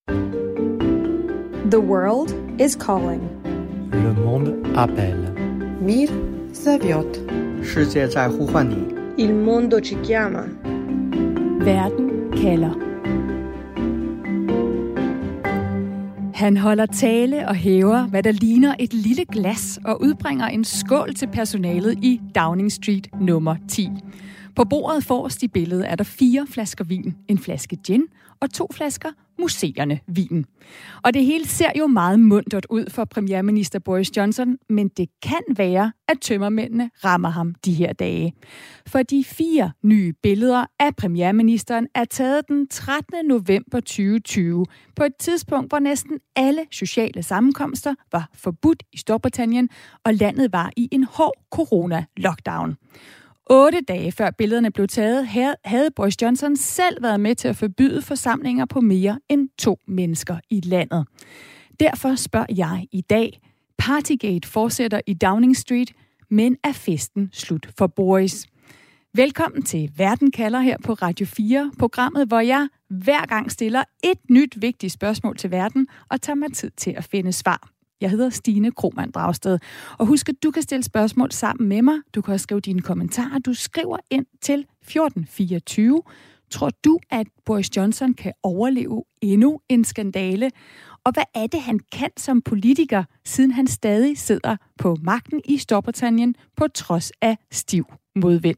The world is calling. Le monde appelle. Мир зовет. 世界在呼唤你。 Il mondo ci chiama. Verden kalder. Han holder tale og hæver, hvad der ligner et lille glas, og udbringer en skål til personalet i Downing Street nummer 10. På bordet forrest i billedet er der 4 flasker vin, en flaske gin og 2 flasker museerne vin. Og det hele ser jo meget muntert ud for premierminister Boris Johnson, men det kan være, at tømmermændene rammer ham de her dage. For de 4 nye billeder af premierministeren er taget den 13. november 2020, på et tidspunkt, hvor næsten alle sociale sammenkomster var forbudt i Storbritannien, og landet var i en hård corona-lockdown. 8 dage før billederne blev taget, havde Boris Johnson selv været med til at forbyde forsamlinger på mere end 2 mennesker i landet. Derfor spørger jeg i dag, Partygate fortsætter i Downing Street, men er festen slut for Boris? Velkommen til Verden kalder her på Radio 4, programmet, hvor jeg hver gang stiller et nyt vigtigt spørgsmål til verden og tager mig tid til at finde svar. Jeg hedder Stine Krohmann Dragsted, og husk, at du kan stille spørgsmål sammen med mig. Du kan også skrive dine kommentarer. Du skriver ind til 1424. Tror du, at Boris Johnson kan overleve endnu en skandale? Og hvad er det, han kan som politiker, siden han stadig sidder på magten i Storbritannien på trods af stiv modvind?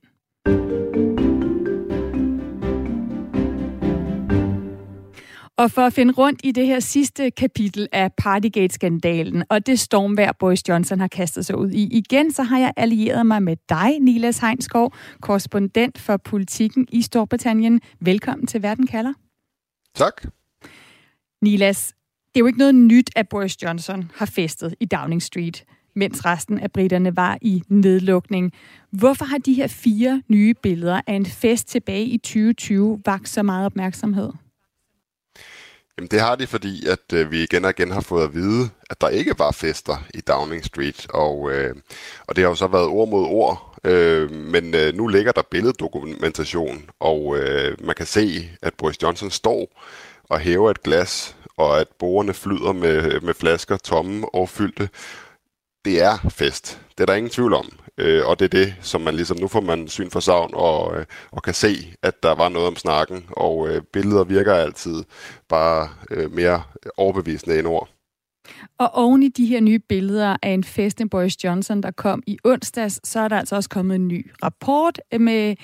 Og for at finde rundt i det her sidste kapitel af Partygate-skandalen, og det stormvejr Boris Johnson har kastet sig ud i igen, så har jeg allieret mig med dig, Nilas Heinskov, korrespondent for Politikken i Storbritannien. Velkommen til Verden kalder. Tak. Nilas, det er jo ikke noget nyt, at Boris Johnson har festet i Downing Street, mens resten af briterne var i nedlukning. Hvorfor har de her 4 nye billeder af en fest tilbage i 2020 vakt så meget opmærksomhed? Jamen det har de, fordi at vi igen og igen har fået at vide, at der ikke var fester i Downing Street, og det har jo så været ord mod ord, men nu ligger der billeddokumentation, og man kan se, at Boris Johnson står og hæver et glas, og at bordene flyder med flasker tomme og fyldte. Det er fest. Det er der ingen tvivl om. Og det er det, som man ligesom, nu får man syn for savn og kan se, at der var noget om snakken, og billeder virker altid bare mere overbevisende end ord. Og oven i de her nye billeder af en fest med Boris Johnson, der kom i onsdags, så er der altså også kommet en ny rapport med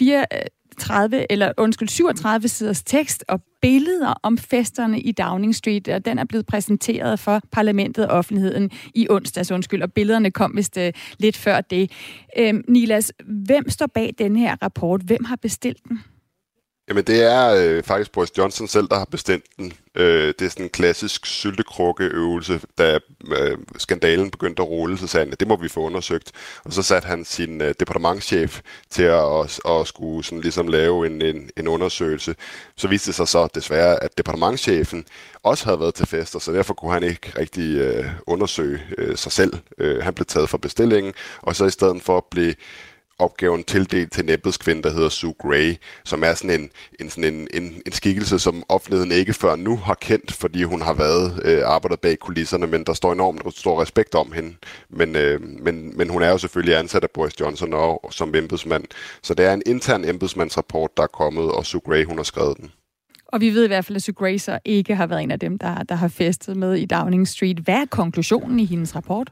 37 siders tekst og billeder om festerne i Downing Street, og den er blevet præsenteret for parlamentet og offentligheden i onsdags, og billederne kom vist lidt før det. Nilas, hvem står bag den her rapport? Hvem har bestilt den? Jamen det er faktisk Boris Johnson selv, der har bestemt den. Det er sådan en klassisk syltekrukkeøvelse, da skandalen begyndte at rulle, så sagde han, at det må vi få undersøgt. Og så satte han sin departementschef til at skulle sådan ligesom lave en undersøgelse. Så viste det sig så desværre, at departementschefen også havde været til fester, så derfor kunne han ikke rigtig undersøge sig selv. Han blev taget for bestillingen, og så i stedet for at blive opgaven tildelt til en embedskvinde, der hedder Sue Gray, som er sådan en skikkelse, som offentligheden ikke før nu har kendt, fordi hun har været arbejdet bag kulisserne, men der står enormt stor respekt om hende. Men hun er jo selvfølgelig ansat af Boris Johnson og som embedsmand. Så det er en intern embedsmandsrapport, der er kommet, og Sue Gray, hun har skrevet den. Og vi ved i hvert fald, at Sue Gray så ikke har været en af dem, der har festet med i Downing Street. Hvad er konklusionen i hendes rapport?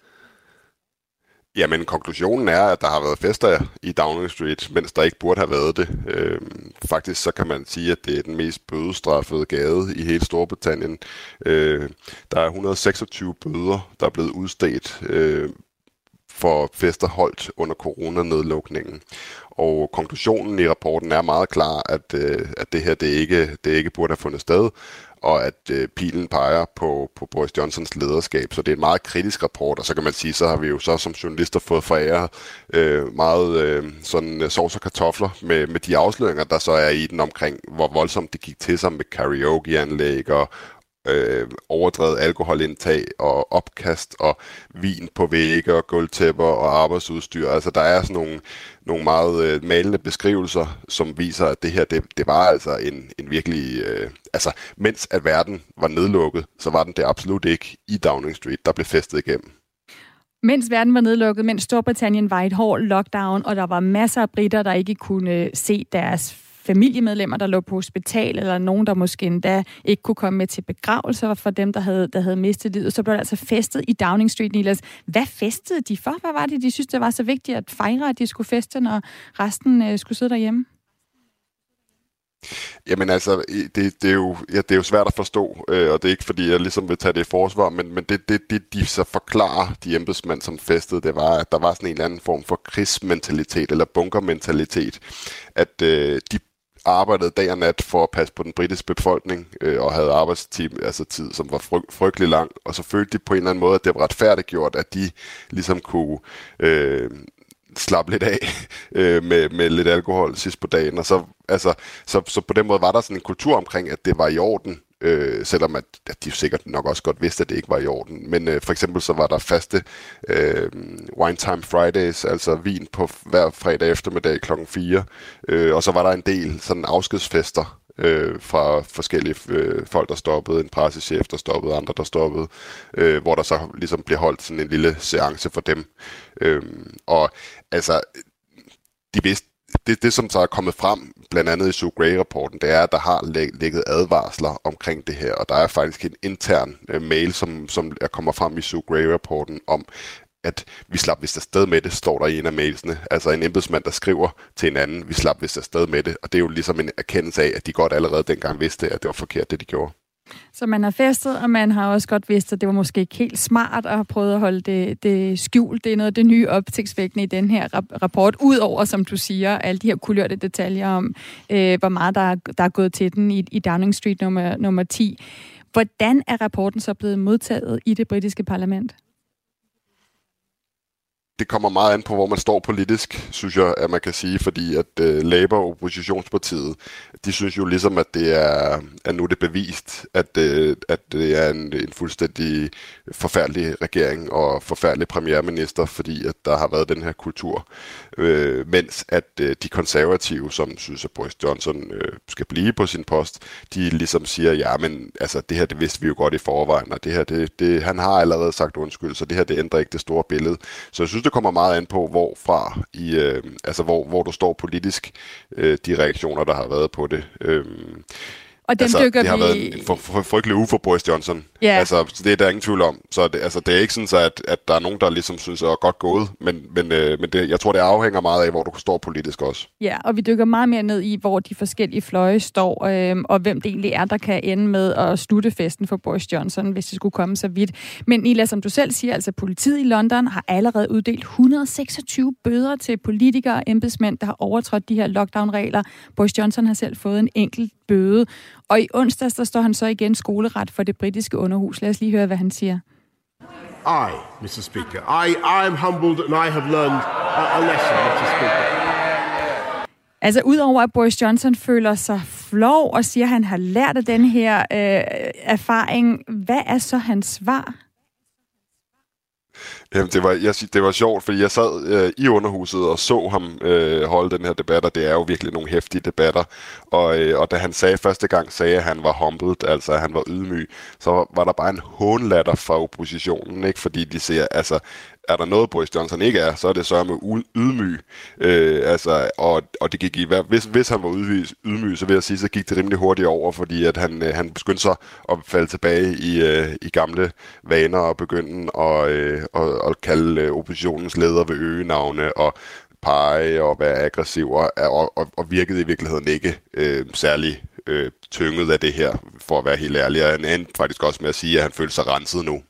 Jamen, konklusionen er, at der har været fester i Downing Street, mens der ikke burde have været det. Faktisk så kan man sige, at det er den mest bødestraffede gade i hele Storbritannien. Der er 126 bøder, der er blevet udstedt for fester holdt under coronanedlukningen. Og konklusionen i rapporten er meget klar, at det her det ikke burde have fundet sted, og at pilen peger på Boris Johnsons lederskab. Så det er en meget kritisk rapport, og så kan man sige, så har vi jo så som journalister fået foræret meget sådan sovs og kartofler med de afsløringer, der så er i den omkring, hvor voldsomt det gik til sig med karaokeanlæg overdrevet alkoholindtag og opkast og vin på vægge og gulvtæpper og arbejdsudstyr. Altså der er sådan nogle meget malende beskrivelser, som viser, at det her, det var altså en virkelig... altså, mens at verden var nedlukket, så var den det absolut ikke i Downing Street, der blev festet igennem. Mens verden var nedlukket, mens Storbritannien var i et hårdt lockdown, og der var masser af briter, der ikke kunne se deres familiemedlemmer, der lå på hospital, eller nogen, der måske endda ikke kunne komme med til begravelser for dem, der havde mistet livet. Så blev der altså festet i Downing Street, Nilas. Hvad festede de for? Hvad var det, de synes, det var så vigtigt at fejre, at de skulle feste, når resten skulle sidde derhjemme? Jamen altså, det er jo svært at forstå, og det er ikke fordi, jeg ligesom vil tage det i forsvar, men det de så forklarer, de embedsmænd, som festede, det var, at der var sådan en eller anden form for krigsmentalitet, eller bunkermentalitet, at de arbejdede dag og nat for at passe på den britiske befolkning, og havde arbejdstid, altså tid, som var frygtelig lang, og så følte de på en eller anden måde, at det var retfærdiggjort, at de ligesom kunne slappe lidt af med lidt alkohol sidst på dagen, og så på den måde var der sådan en kultur omkring, at det var i orden, selvom at de sikkert nok også godt vidste, at det ikke var i orden. Men for eksempel så var der faste Wine Time Fridays, altså vin på hver fredag eftermiddag klokken 4, og så var der en del sådan afskedsfester fra forskellige folk, der stoppede, en pressechef, der stoppede, andre, der stoppede, hvor der så ligesom blev holdt sådan en lille seance for dem. Og altså, de vidste, det som så er kommet frem, blandt andet i Sue Gray-rapporten, det er, at der har ligget advarsler omkring det her, og der er faktisk en intern mail, som kommer frem i Sue Gray-rapporten om, at vi slap vist afsted med det, står der i en af mailsene. Altså en embedsmand, der skriver til en anden, vi slap vist afsted med det, og det er jo ligesom en erkendelse af, at de godt allerede dengang vidste, at det var forkert, det de gjorde. Så man har festet, og man har også godt vidst, at det var måske ikke helt smart at have prøvet at holde det skjult. Det er noget af det nye opsigtsvækkende i den her rapport, udover, som du siger, alle de her kulørte detaljer om, hvor meget der er gået til den i Downing Street nummer 10. Hvordan er rapporten så blevet modtaget i det britiske parlament? Det kommer meget an på, hvor man står politisk, synes jeg, at man kan sige, fordi at Labour og oppositionspartiet, de synes jo ligesom, at det er nu det bevist, at det er en fuldstændig forfærdelig regering og forfærdelig premierminister, fordi at der har været den her kultur. Mens at de konservative, som synes, at Boris Johnson skal blive på sin post, de ligesom siger, ja, men altså, det her, det vidste vi jo godt i forvejen, og det her, han har allerede sagt undskyld, så det her, det ændrer ikke det store billede. Så jeg synes, det kommer meget an på, hvorfra hvor du står politisk, de reaktioner, der har været på det. Og dem dykker det har været en frygtelig uge for Boris Johnson. Yeah. Altså, det er der ingen tvivl om. Så det er ikke sådan, så at der er nogen, der ligesom synes, at er godt gået. Men jeg tror, det afhænger meget af, hvor du står politisk også. Ja, og vi dykker meget mere ned i, hvor de forskellige fløje står, og hvem det egentlig er, der kan ende med at slutte festen for Boris Johnson, hvis det skulle komme så vidt. Men Nila, som du selv siger, altså politiet i London har allerede uddelt 126 bøder til politikere og embedsmænd, der har overtrådt de her lockdown-regler. Boris Johnson har selv fået en enkelt bøde. Og i onsdags, der står han så igen skoleret for det britiske underhus. Lad os lige høre, hvad han siger. Mr. Speaker, I am humbled and I have learned a lesson, Mr. Speaker. Altså, udover at Boris Johnson føler sig flov og siger, at han har lært af den her erfaring, hvad er så hans svar? Jamen, det var sjovt, fordi jeg sad i underhuset og så ham holde den her debat, og det er jo virkelig nogle heftige debatter. Og da han første gang sagde, at han var humbled, altså at han var ydmyg, så var der bare en hånlatter fra oppositionen, ikke? Fordi de siger, altså, er der noget, Boris Johnson ikke er, så er det så med ydmyg. Og det gik hvis han var ydmyg, så vil jeg sige, så gik det rimelig hurtigt over, fordi at han begyndte så at falde tilbage i gamle vaner og begynde at kalde oppositionens leder ved øgenavne og pege og være aggressiv og virkede i virkeligheden ikke særlig tynget af det her, for at være helt ærlig. Og han endte faktisk også med at sige, at han følte sig renset nu.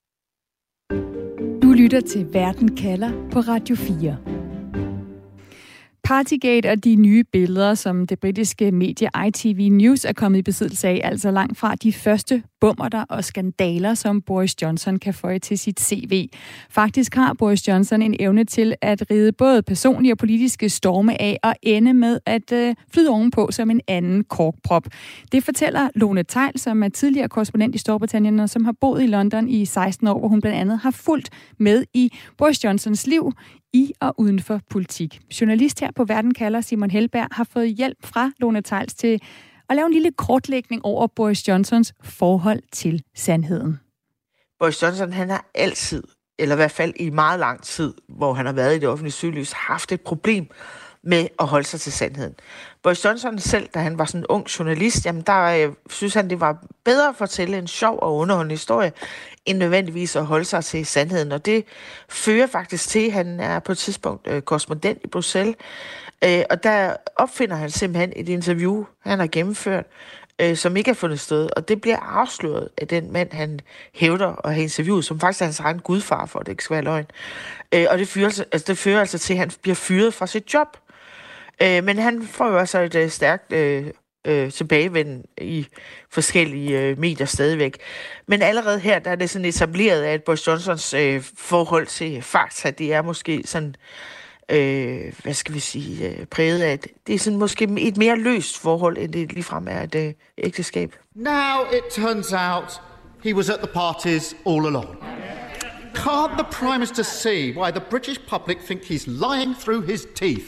Du lytter til Verden kalder på Radio 4. Partygate og de nye billeder, som det britiske medie ITV News er kommet i besiddelse af, altså langt fra de første bummerter og skandaler, som Boris Johnson kan føje til sit CV. Faktisk har Boris Johnson en evne til at ride både personlige og politiske storme af og ende med at flyde ovenpå som en anden korkprop. Det fortæller Lone Theil, som er tidligere korrespondent i Storbritannien og som har boet i London i 16 år, hvor hun blandt andet har fulgt med i Boris Johnsons liv i og uden for politik. Journalist her på Verden kalder, Simon Helberg, har fået hjælp fra Lone Theil til at lave en lille kortlægning over Boris Johnsons forhold til sandheden. Boris Johnson, han har altid, eller i hvert fald i meget lang tid, hvor han har været i det offentlige søgelys, haft et problem med at holde sig til sandheden. Boris Johnson selv, da han var sådan en ung journalist, jamen der synes han, det var bedre at fortælle en sjov og underholdende historie, end nødvendigvis at holde sig til sandheden. Og det fører faktisk til, at han er på et tidspunkt korrespondent i Bruxelles, og der opfinder han simpelthen et interview, han har gennemført, som ikke er fundet sted, og det bliver afsløret af den mand, han hævder at have interviewet, som faktisk er hans egen gudfar, for det ikke skal være løgn. Og det fører altså til, at han bliver fyret fra sit job. Men han får jo altså et stærkt tilbagevenden i forskellige medier stadigvæk. Men allerede her, der er det sådan etableret, at Boris Johnsons forhold til fakta, det er måske sådan, hvad skal vi sige, præget af, det er sådan måske et mere løst forhold, end det ligefrem er et ægteskab. Now it turns out he was at the parties all along. Can't the Prime Minister see why the British public think he's lying through his teeth?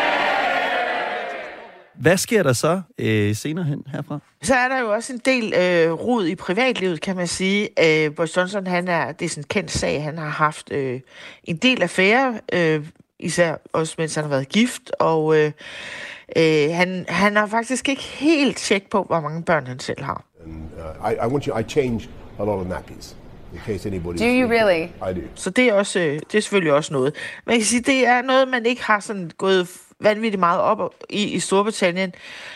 Hvad sker der så senere hen herfra? Så er der jo også en del rod i privatlivet, kan man sige. Boris Johnson, det er sådan en kendt sag. Han har haft en del affære, især også mens han har været gift, og han har faktisk ikke helt tjek på, hvor mange børn han selv har. I change a lot of nappies. In case anybody. Do you really? I do. Så det er selvfølgelig også noget. Man kan sige, det er noget, man ikke har sådan gået vanvittigt meget op i Storbritannien.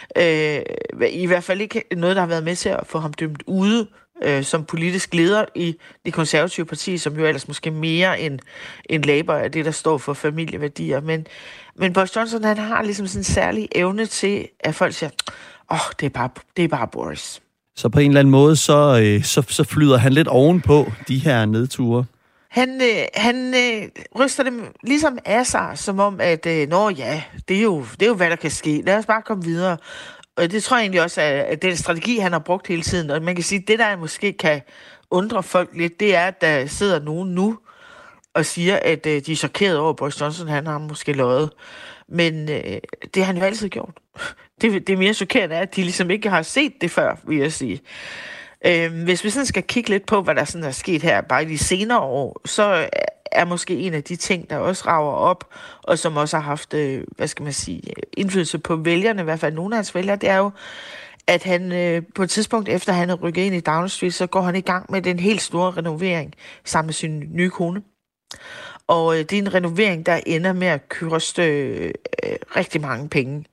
I hvert fald ikke noget, der har været med til at få ham dømt ude som politisk leder i det konservative parti, som jo ellers måske mere end Labour er det, der står for familieværdier. Men Boris Johnson, han har ligesom sådan en særlig evne til, at folk siger, det er bare Boris. Så på en eller anden måde, så flyder han lidt ovenpå de her nedture. Han ryster dem ligesom af sig, som om, at det er jo, hvad der kan ske. Lad os bare komme videre. Og det tror jeg egentlig også er den strategi, han har brugt hele tiden. Og man kan sige, at det, der måske kan undre folk lidt, det er, at der sidder nogen nu og siger, at de er chokeret over Boris Johnson. Han har måske løjet. Men det har han jo altid gjort. Det mere chokerende er, at de ligesom ikke har set det før, vil jeg sige. Hvis vi sådan skal kigge lidt på, hvad der sådan er sket her bare i de senere år, så er måske en af de ting, der også rager op, og som også har haft, indflydelse på vælgerne, i hvert fald nogle af hans vælgere, det er jo, at han på et tidspunkt, efter han er rykket ind i Downing Street, så går han i gang med den helt store renovering sammen med sin nye kone. Og det er en renovering, der ender med at koste rigtig mange penge.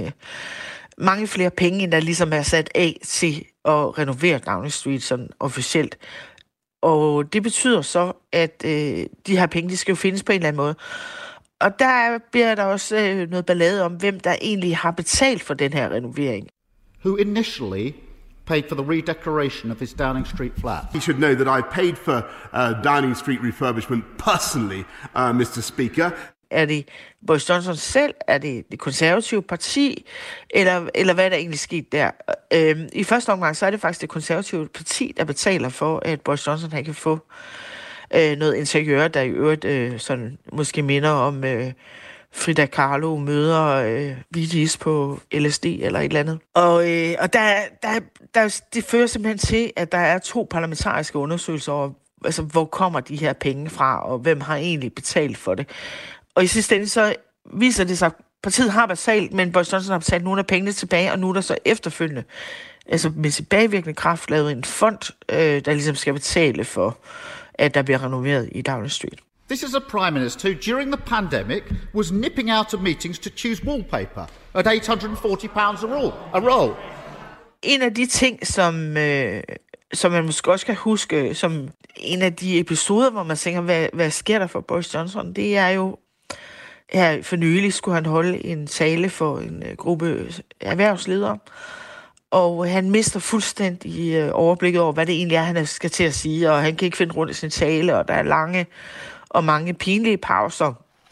Mange flere penge, end der ligesom er sat af til at renovere Downing Street sådan officielt. Og det betyder så, at de her penge, de skal jo findes på en eller anden måde. Og der bliver der også noget ballade om, hvem der egentlig har betalt for den her renovering. Who initially paid for the redecoration of his Downing Street flat? He should know that I paid for Downing Street refurbishment personally, Mr. Speaker. Er det Boris Johnson selv? Er det det konservative parti? Eller hvad er der egentlig sket der? I første omgang, så er det faktisk det konservative parti, der betaler for, at Boris Johnson han kan få noget interiør, der i øvrigt sådan, måske minder om Frida Kahlo møder VG's på LSD eller et eller andet. Og det fører simpelthen til, at der er 2 parlamentariske undersøgelser over, altså, hvor kommer de her penge fra, og hvem har egentlig betalt for det. Og i sidste ende så viser det sig, at partiet har betalt, men Boris Johnson har betalt nogle af pengene tilbage, og nu er der så efterfølgende, altså med tilbagevirkende kraft, lavet en fond, der ligesom skal betale for, at der bliver renoveret i Downing Street. This is a Prime Minister who, during the pandemic, was nipping out of meetings to choose wallpaper at £840 a roll. En af de ting, som man måske også kan huske, som en af de episoder, hvor man tænker, hvad sker der for Boris Johnson, det er jo, her for nylig skulle han holde en tale for en gruppe erhvervsledere, Og han mister fuldstændig overblikket over, hvad det egentlig er, han skal til at sige, og han kan ikke finde rundt i sin tale, og der er lange og mange pinlige pauser.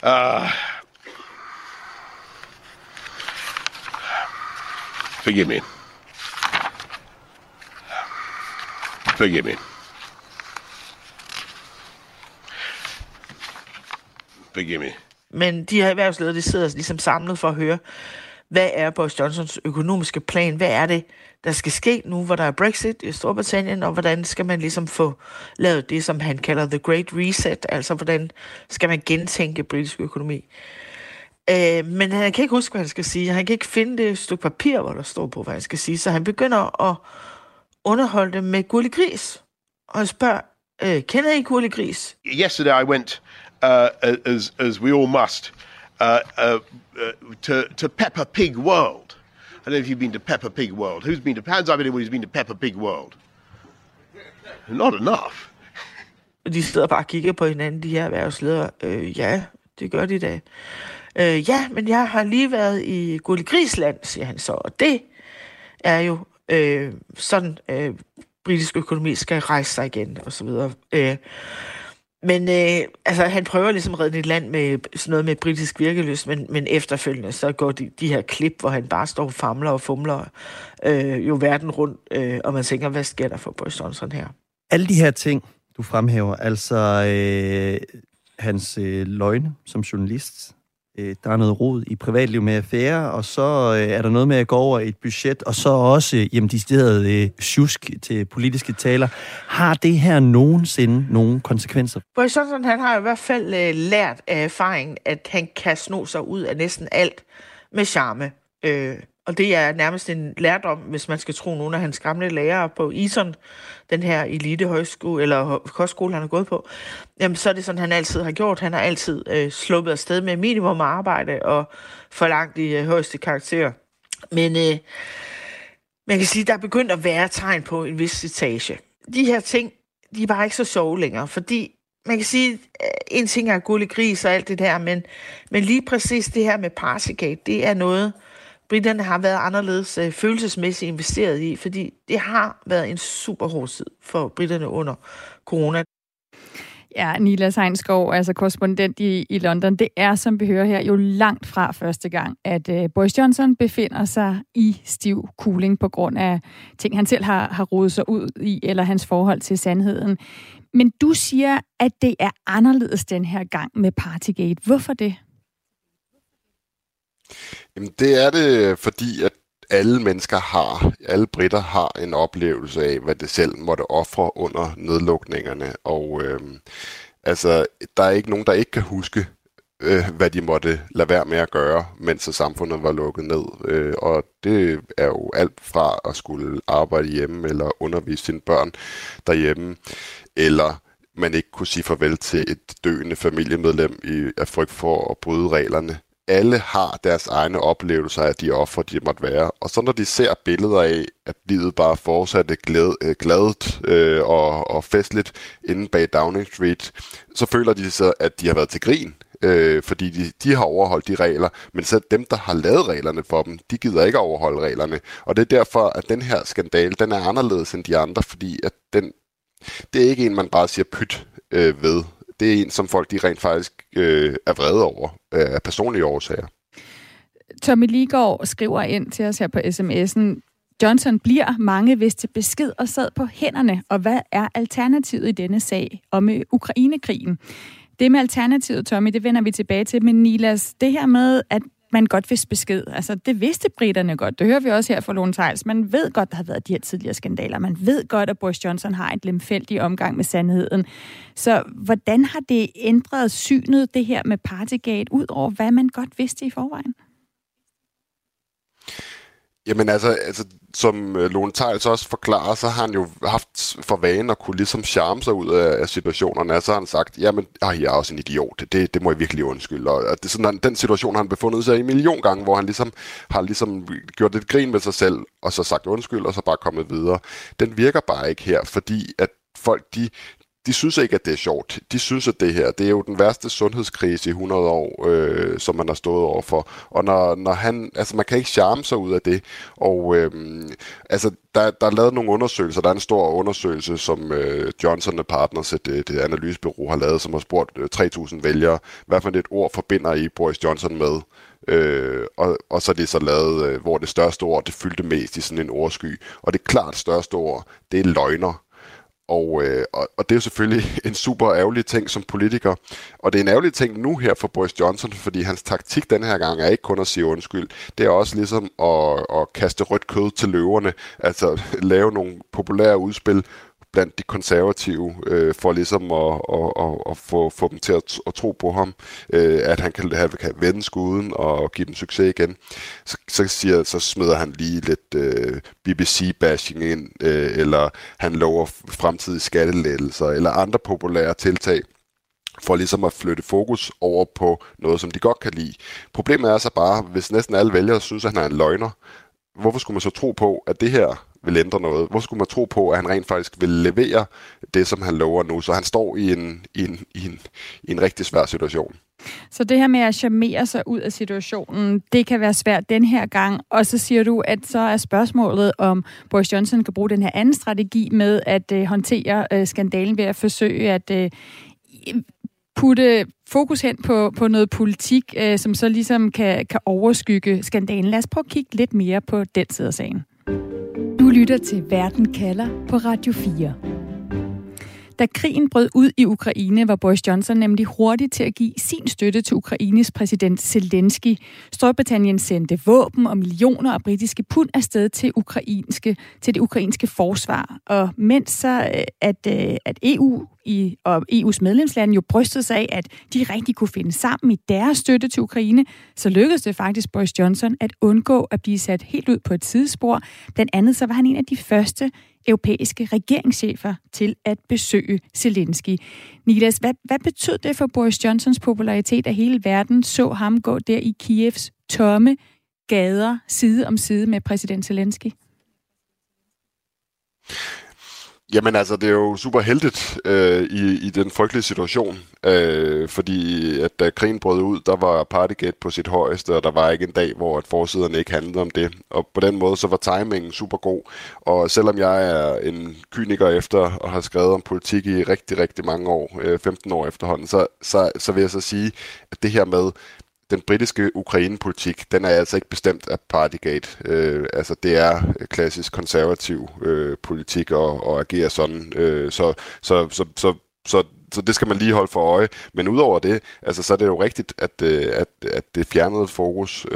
Forgive me. Forgive me. Forgive me. Men de her erhvervsledere, de sidder ligesom samlet for at høre, hvad er Boris Johnsons økonomiske plan? Hvad er det, der skal ske nu, hvor der er Brexit i Storbritannien, og hvordan skal man ligesom få lavet det, som han kalder The Great Reset, altså hvordan skal man gentænke britisk økonomi? Men han kan ikke huske, hvad han skal sige. Han kan ikke finde det stykke papir, hvor der står på, hvad han skal sige, så han begynder at underholde dem med Gurli Gris. Og han spørger, kender I Gurli Gris? Yesterday I went, as we all must, to Peppa Pig World. I don't know if you've been to Peppa Pig World. Hands up anyone who's been to Peppa Pig World? Not enough. De sidder bare og kigger på hinanden, de her erhvervsledere. Ja, det gør de da. Ja, men jeg har lige været i Gurli Grisland, siger han så. Og det er jo sådan, britisk økonomi skal rejse sig igen, og så videre. Men altså, han prøver ligesom at redde et land med sådan noget med britisk virkelyst, men efterfølgende så går de her klip, hvor han bare står og famler og fumler jo verden rundt, og man tænker, hvad sker der for Boris Johnson her? Alle de her ting, du fremhæver, altså hans løgne som journalist, der er noget rod i privatliv med affære, og så er der noget med at gå over et budget, og så også decideret sjusk til politiske taler. Har det her nogensinde nogen konsekvenser? Boris Johnson, han har i hvert fald lært af erfaringen, at han kan sno sig ud af næsten alt med charme. Og det er nærmest en lærdom, hvis man skal tro nogle af hans gamle lærere på Eton, den her elitehøjskole, eller kostskole, han har gået på. Jamen, så er det sådan, han altid har gjort. Han har altid sluppet afsted med minimum arbejde og forlangt de højeste karakterer. Men man kan sige, der er begyndt at være tegn på en vis citage. De her ting, de er bare ikke så sjove længere, fordi man kan sige, en ting er Gurli Gris og alt det der, men lige præcis det her med Partygate, det er noget, briterne har været anderledes følelsesmæssigt investeret i, fordi det har været en super hård tid for briterne under corona. Ja, Niels Heinskov, altså korrespondent i London, det er, som vi hører her, jo langt fra første gang, at Boris Johnson befinder sig i stiv kuling på grund af ting, han selv har rodet sig ud i, eller hans forhold til sandheden. Men du siger, at det er anderledes den her gang med Partygate. Hvorfor det? Jamen, det er det, fordi at alle britter har en oplevelse af, hvad det selv måtte ofre under nedlukningerne. Og altså, der er ikke nogen, der ikke kan huske, hvad de måtte lade være med at gøre, mens samfundet var lukket ned. Og det er jo alt fra at skulle arbejde hjemme, eller undervise sine børn derhjemme, eller man ikke kunne sige farvel til et døende familiemedlem af frygt for at bryde reglerne. Alle har deres egne oplevelser af de ofre, de måtte være. Og så når de ser billeder af, at livet bare fortsatte gladet og festligt inde bag Downing Street, så føler de sig, at de har været til grin, fordi de har overholdt de regler. Men så dem, der har lavet reglerne for dem, de gider ikke overholde reglerne. Og det er derfor, at den her skandale, den er anderledes end de andre, fordi at det er ikke en, man bare siger pyt ved. Det er en, som folk de rent faktisk er vrede over af personlige årsager. Tommy Liggaard skriver ind til os her på sms'en, Johnson bliver mange vidste besked og sad på hænderne, og hvad er alternativet i denne sag om Ukrainekrigen? Det med alternativet, Tommy, det vender vi tilbage til, men Niels, det her med, at man godt vidste besked. Altså, det vidste briterne godt. Det hører vi også her fra Lone Theils. Man ved godt, der har været de her tidligere skandaler. Man ved godt, at Boris Johnson har en lemfældig omgang med sandheden. Så hvordan har det ændret synet, det her med Partygate, ud over hvad man godt vidste i forvejen? Jamen altså som Lone Theils også forklarer, så har han jo haft for vane at kunne ligesom charme sig ud af situationerne. Så har han sagt, jamen, jeg er også en idiot. Det må jeg virkelig undskylde. Og det er sådan, den situation har han befundet sig i 1 million gange, hvor han har gjort et grin med sig selv, og så sagt undskyld, og så bare kommet videre. Den virker bare ikke her, fordi at folk, de synes ikke, at det er sjovt. De synes, at det her, det er jo den værste sundhedskrise i 100 år, som man har stået overfor. Og når han, altså man kan ikke charme sig ud af det. Og altså, der er lavet nogle undersøgelser. Der er en stor undersøgelse, som Johnson & Partners, det analysebureau, har lavet, som har spurgt 3.000 vælgere, hvad for et ord forbinder I Boris Johnson med? Og så er det så lavet, hvor det største ord, det fyldte mest i sådan en ordsky. Og det klart største ord, det er løgner. Og det er jo selvfølgelig en super ærgerlig ting som politiker. Og det er en ærgerlig ting nu her for Boris Johnson, fordi hans taktik den her gang er ikke kun at sige undskyld. Det er også ligesom at kaste rødt kød til løverne. Altså lave nogle populære udspil blandt de konservative, for ligesom at få dem til at tro på ham, at han kan vende skuden og give dem succes igen. Så smider han lige lidt BBC-bashing ind, eller han lover fremtidige skattelettelser, eller andre populære tiltag, for ligesom at flytte fokus over på noget, som de godt kan lide. Problemet er så bare, hvis næsten alle vælgere synes, at han er en løgner, hvorfor skulle man så tro på, at det her vil ændre noget? Hvor skulle man tro på, at han rent faktisk vil levere det, som han lover nu? Så han står i en rigtig svær situation. Så det her med at charmere sig ud af situationen, det kan være svært den her gang. Og så siger du, at så er spørgsmålet, om Boris Johnson kan bruge den her anden strategi med at håndtere skandalen ved at forsøge at putte fokus hen på noget politik, som så ligesom kan overskygge skandalen. Lad os prøve at kigge lidt mere på den side af sagen. Du lytter til Verden kalder på Radio 4. Da krigen brød ud i Ukraine, var Boris Johnson nemlig hurtig til at give sin støtte til Ukraines præsident Zelensky. Storbritannien sendte våben og millioner af britiske pund afsted til det ukrainske forsvar. Og mens så at EU og EU's medlemslande jo brystede sig af, at de rigtig kunne finde sammen i deres støtte til Ukraine, så lykkedes det faktisk Boris Johnson at undgå at blive sat helt ud på et sidespor. Blandt andet så var han en af de første europæiske regeringschefer til at besøge Zelensky. Niklas, hvad betød det for Boris Johnsons popularitet, at hele verden så ham gå der i Kievs tomme gader side om side med præsident Zelensky? Jamen altså, det er jo super heldigt i den frygtelige situation, fordi at da krigen brød ud, der var Partygate på sit højeste, og der var ikke en dag, hvor at forsiderne ikke handlede om det. Og på den måde, så var timingen super god. Og selvom jeg er en kyniker efter at have skrevet om politik i rigtig, rigtig mange år, 15 år efterhånden, så vil jeg så sige, at det her med den britiske Ukraine-politik, den er altså ikke bestemt af Partygate. Altså det er klassisk konservativ politik at agere sådan. Så det skal man lige holde for øje. Men udover det, altså, så er det jo rigtigt, at det fjernede fokus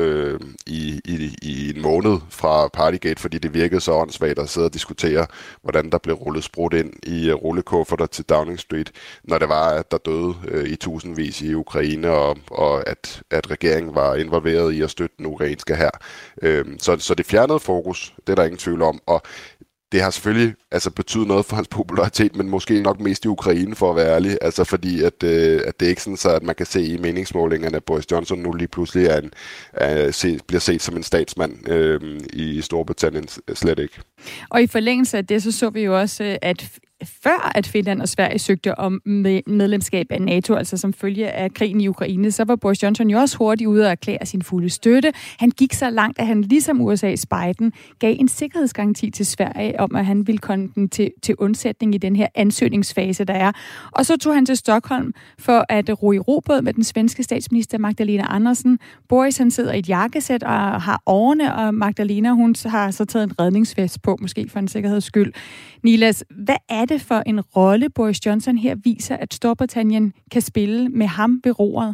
i en måned fra Partygate, fordi det virkede så åndssvagt at sidde og diskutere, hvordan der blev rullet sprut ind i rullekufferter til Downing Street, når det var, at der døde i tusindvis i Ukraine, og at regeringen var involveret i at støtte den ukrainske hær. Så det fjernede fokus, det er der ingen tvivl om. Og det har selvfølgelig betydet noget for hans popularitet, men måske nok mest i Ukraine, for at være ærlig. Altså fordi, at det er ikke sådan, så at man kan se i meningsmålingerne, at Boris Johnson nu lige pludselig bliver set som en statsmand i Storbritannien slet ikke. Og i forlængelse af det, så vi jo også, at før at Finland og Sverige søgte om medlemskab af NATO, altså som følge af krigen i Ukraine, så var Boris Johnson jo også hurtigt ude at erklære sin fulde støtte. Han gik så langt, at han ligesom USA's Biden gav en sikkerhedsgaranti til Sverige om, at han ville komme den til undsætning i den her ansøgningsfase, der er. Og så tog han til Stockholm for at ro i robåd med den svenske statsminister Magdalena Andersson. Boris han sidder i et jakkesæt og har årene, og Magdalena hun har så taget en redningsvest på, måske for en sikkerheds skyld. Nilas, hvad er det for en rolle, Boris Johnson her viser, at Storbritannien kan spille med ham ved roret?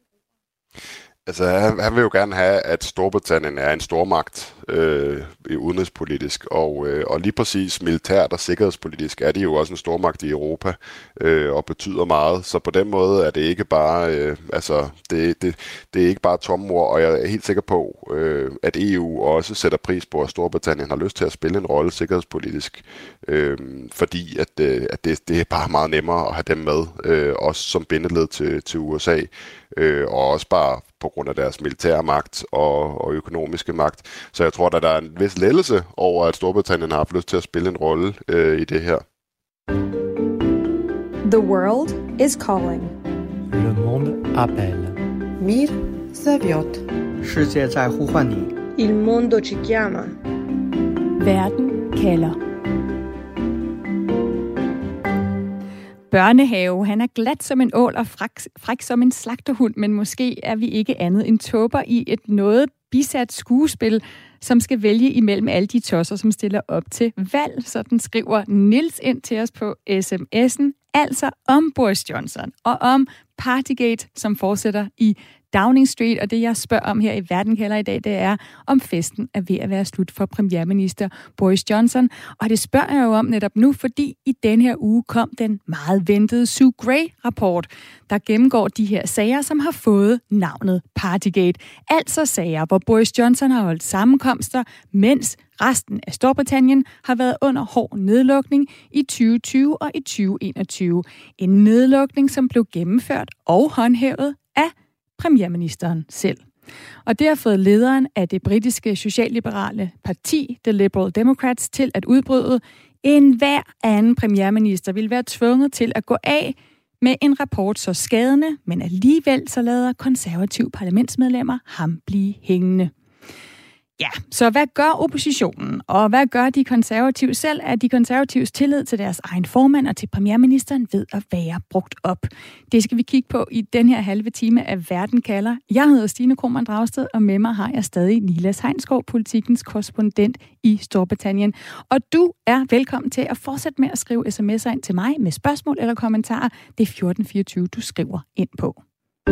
Altså, han vil jo gerne have, at Storbritannien er en stormagt udenrigspolitisk, og lige præcis militært og sikkerhedspolitisk er de jo også en stormagt i Europa, og betyder meget. Så på den måde er det ikke bare, det er ikke bare tomme ord, og jeg er helt sikker på, at EU også sætter pris på, at Storbritannien har lyst til at spille en rolle sikkerhedspolitisk, fordi at det er bare meget nemmere at have dem med, også som bindeled til USA, og også bare på grund af deres militære magt og økonomiske magt. Så jeg tror, at der er en vis lettelse over, at Storbritannien har haft lyst til at spille en rolle i det her. The world is calling. Le monde appelle. Мир зовет. 世界在呼唤你。 Il mondo ci chiama. Verden kalder. Børnehave. Han er glat som en ål og fræk som en slagterhund, men måske er vi ikke andet end tåber i et noget bisat skuespil, som skal vælge imellem alle de tosser, som stiller op til valg. Sådan skriver Nils ind til os på sms'en, altså om Boris Johnson og om Partygate, som fortsætter i Downing Street, og det jeg spørger om her i Verden kalder i dag, det er, om festen er ved at være slut for premierminister Boris Johnson. Og det spørger jeg jo om netop nu, fordi i denne her uge kom den meget ventede Sue Gray-rapport, der gennemgår de her sager, som har fået navnet Partygate. Altså sager, hvor Boris Johnson har holdt sammenkomster, mens resten af Storbritannien har været under hård nedlukning i 2020 og i 2021. En nedlukning, som blev gennemført og håndhævet af premierministeren selv. Og det har fået lederen af det britiske socialliberale parti, The Liberal Democrats, til at udbryde, enhver anden premierminister ville være tvunget til at gå af med en rapport så skadende, men alligevel så lader konservative parlamentsmedlemmer ham blive hængende. Ja, så hvad gør oppositionen, og hvad gør de konservative selv? Er de konservatives tillid til deres egen formand og til premierministeren ved at være brugt op? Det skal vi kigge på i den her halve time af Verden kalder. Jeg hedder Stine Krohmann Dragsted, og med mig har jeg stadig Nilas Heinsgaard, Politikens korrespondent i Storbritannien. Og du er velkommen til at fortsætte med at skrive sms'er ind til mig med spørgsmål eller kommentarer. Det er 1424, du skriver ind på.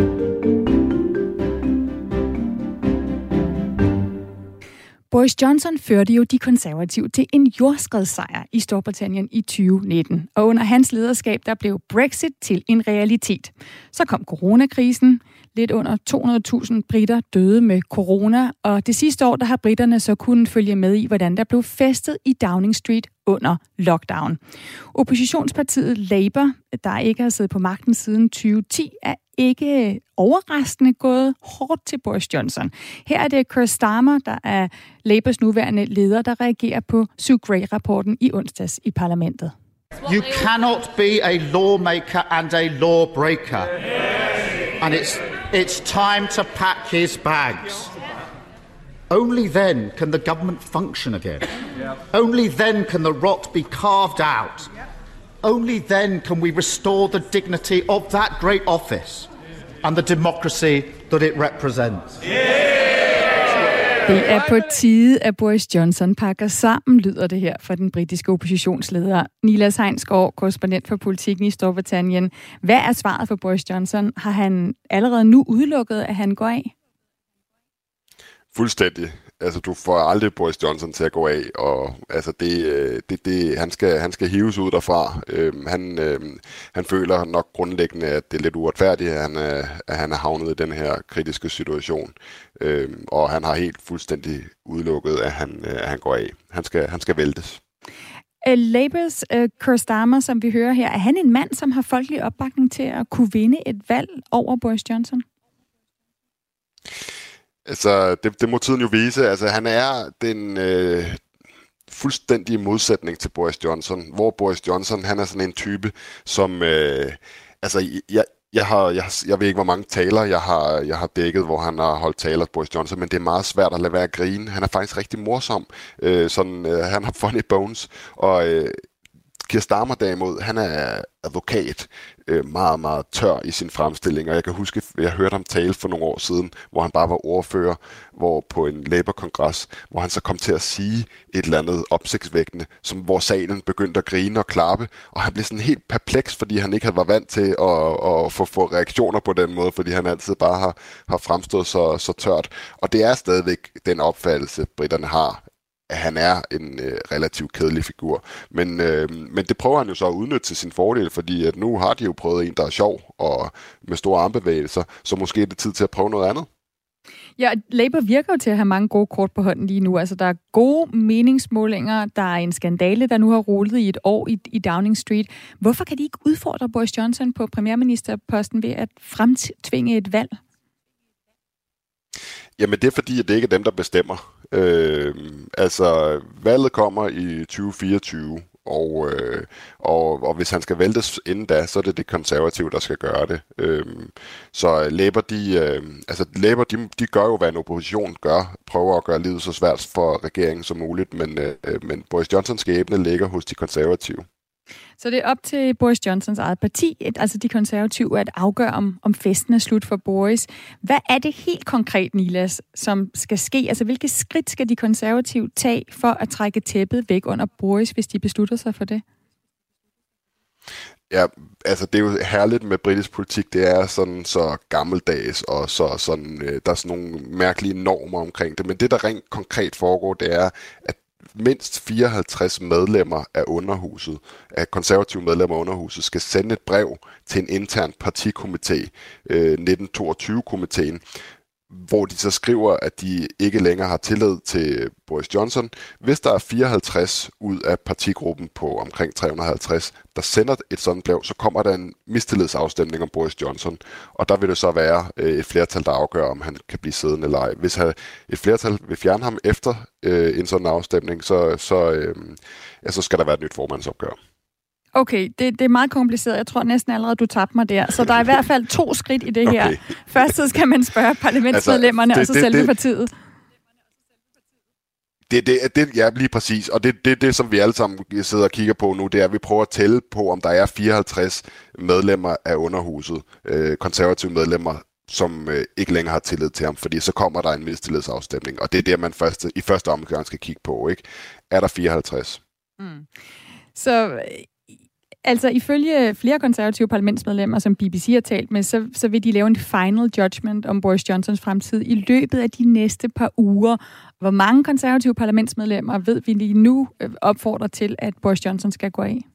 Boris Johnson førte jo de konservative til en jordskredssejr i Storbritannien i 2019. Og under hans lederskab, der blev Brexit til en realitet. Så kom coronakrisen. Lidt under 200.000 briter døde med corona. Og det sidste år, der har briterne så kunnet følge med i, hvordan der blev festet i Downing Street under lockdown. Oppositionspartiet Labour, der ikke har siddet på magten siden 2010, er ikke overraskende gået hårdt til Boris Johnson. Her er det Keir Starmer, der er Labours nuværende leder, der reagerer på Sue Gray-rapporten i onsdags i parlamentet. You cannot be a lawmaker and a lawbreaker. And it's time to pack his bags. Only then can the government function again. Only then can the rot be carved out. Only then can we restore the dignity of that great office and the democracy that it represents. Det er på tide, at Boris Johnson pakker sammen, lyder det her fra den britiske oppositionsleder. Nilas Heinsgaard, korrespondent for Politikken i Storbritannien. Hvad er svaret for Boris Johnson? Har han allerede nu udelukket, at han går af? Fuldstændig. Altså, du får aldrig Boris Johnson til at gå af, og altså han skal hives ud derfra. Han føler nok grundlæggende, at det er lidt uretfærdigt, at han er havnet i den her kritiske situation, og han har helt fuldstændig udelukket, at han går af. Han skal væltes. Labours Keir Starmer, som vi hører her, er han en mand, som har folkelig opbakning til at kunne vinde et valg over Boris Johnson? Altså, det må tiden jo vise. Altså, han er den fuldstændige modsætning til Boris Johnson, hvor Boris Johnson, han er sådan en type, som... Jeg ved ikke, hvor mange taler jeg har dækket, hvor han har holdt taler til Boris Johnson, men det er meget svært at lade være at grine. Han er faktisk rigtig morsom. Han har funny bones, og Keir Starmer derimod, han er advokat, meget, meget tør i sin fremstilling, og jeg kan huske, jeg hørte ham tale for nogle år siden, hvor han bare var ordfører, hvor på en Labour-kongres, hvor han så kom til at sige et eller andet opsigtsvækkende, hvor salen begyndte at grine og klappe, og han blev sådan helt perpleks, fordi han ikke havde været vant til at få reaktioner på den måde, fordi han altid bare har fremstået så tørt. Og det er stadigvæk den opfattelse, britterne har, at han er en relativt kedelig figur. Men det prøver han jo så at udnytte til sin fordel, fordi at nu har de jo prøvet en, der er sjov og med store armbevægelser, så måske er det tid til at prøve noget andet. Ja, Labour virker jo til at have mange gode kort på hånden lige nu. Altså, der er gode meningsmålinger, der er en skandale, der nu har rullet i et år i Downing Street. Hvorfor kan de ikke udfordre Boris Johnson på premierministerposten ved at fremtvinge et valg? Jamen, det er fordi, at det ikke er dem, der bestemmer. Valget kommer i 2024, og hvis han skal væltes inden da, så er det det konservative, der skal gøre det. Så Labour, de gør jo, hvad en opposition gør, prøver at gøre livet så svært for regeringen som muligt, men Boris Johnsons skæbne ligger hos de konservative. Så det er op til Boris Johnsons eget parti, altså de konservative, at afgøre, om festen er slut for Boris. Hvad er det helt konkret, Nilas, som skal ske? Altså, hvilke skridt skal de konservative tage for at trække tæppet væk under Boris, hvis de beslutter sig for det? Ja, altså det er jo herligt med britisk politik. Det er sådan så gammeldags, og sådan, der er sådan nogle mærkelige normer omkring det. Men det, der rent konkret foregår, det er, at mindst 54 medlemmer af underhuset, af konservative medlemmer af underhuset, skal sende et brev til en intern partikomité, 1922-komiteen, hvor de så skriver, at de ikke længere har tillid til Boris Johnson. Hvis der er 54 ud af partigruppen på omkring 350, der sender et sådan brev, så kommer der en mistillidsafstemning om Boris Johnson, og der vil det så være et flertal, der afgør, om han kan blive siddende eller ej. Hvis et flertal vil fjerne ham efter en sådan afstemning, så skal der være et nyt formandsopgør. Okay, det er meget kompliceret. Jeg tror næsten allerede, du tabte mig der. Så der er i hvert fald 2 skridt i det her. Først så skal man spørge parlamentsmedlemmerne, og så selve partiet. Ja, lige præcis. Og det, som vi alle sammen sidder og kigger på nu, det er, at vi prøver at tælle på, om der er 54 medlemmer af underhuset, konservative medlemmer, som ikke længere har tillid til ham, fordi så kommer der en mistillidsafstemning. Og det er det, man i første omgang skal kigge på, ikke? Er der 54? Så altså ifølge flere konservative parlamentsmedlemmer, som BBC har talt med, så vil de lave en final judgment om Boris Johnsons fremtid i løbet af de næste par uger. Hvor mange konservative parlamentsmedlemmer ved vi lige nu opfordrer til, at Boris Johnson skal gå af?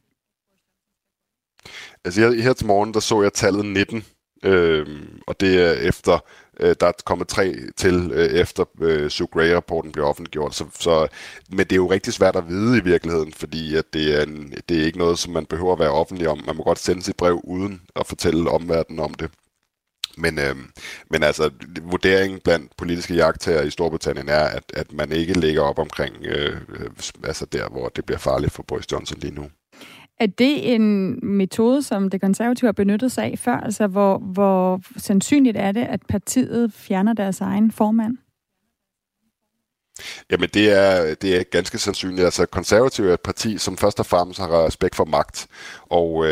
Altså her til morgen, der så jeg tallet 19, og det er efter, der er kommet 3 til efter Sue Gray-rapporten blev offentliggjort. Men det er jo rigtig svært at vide i virkeligheden, fordi at det er ikke noget, som man behøver at være offentlig om. Man må godt sende sit brev uden at fortælle omverdenen om det. Men altså, vurderingen blandt politiske jagttager i Storbritannien er, at man ikke ligger op omkring altså der, hvor det bliver farligt for Boris Johnson lige nu. Er det en metode, som det konservative har benyttet sig af før? Altså, hvor sandsynligt er det, at partiet fjerner deres egen formand? Jamen, det er ganske sandsynligt. Altså, konservative er et parti, som først og fremmest har respekt for magt. Og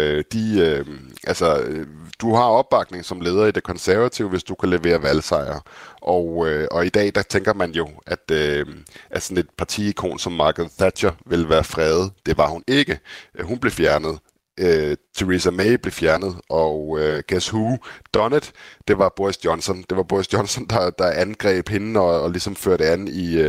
du har opbakning som leder i det konservative, hvis du kan levere valgsejre. Og i dag, der tænker man jo, at sådan et partiikon som Margaret Thatcher ville være fredet. Det var hun ikke. Hun blev fjernet. Theresa May blev fjernet, og guess who? Done it. Det var Boris Johnson. Det var Boris Johnson, der angreb hende og ligesom førte an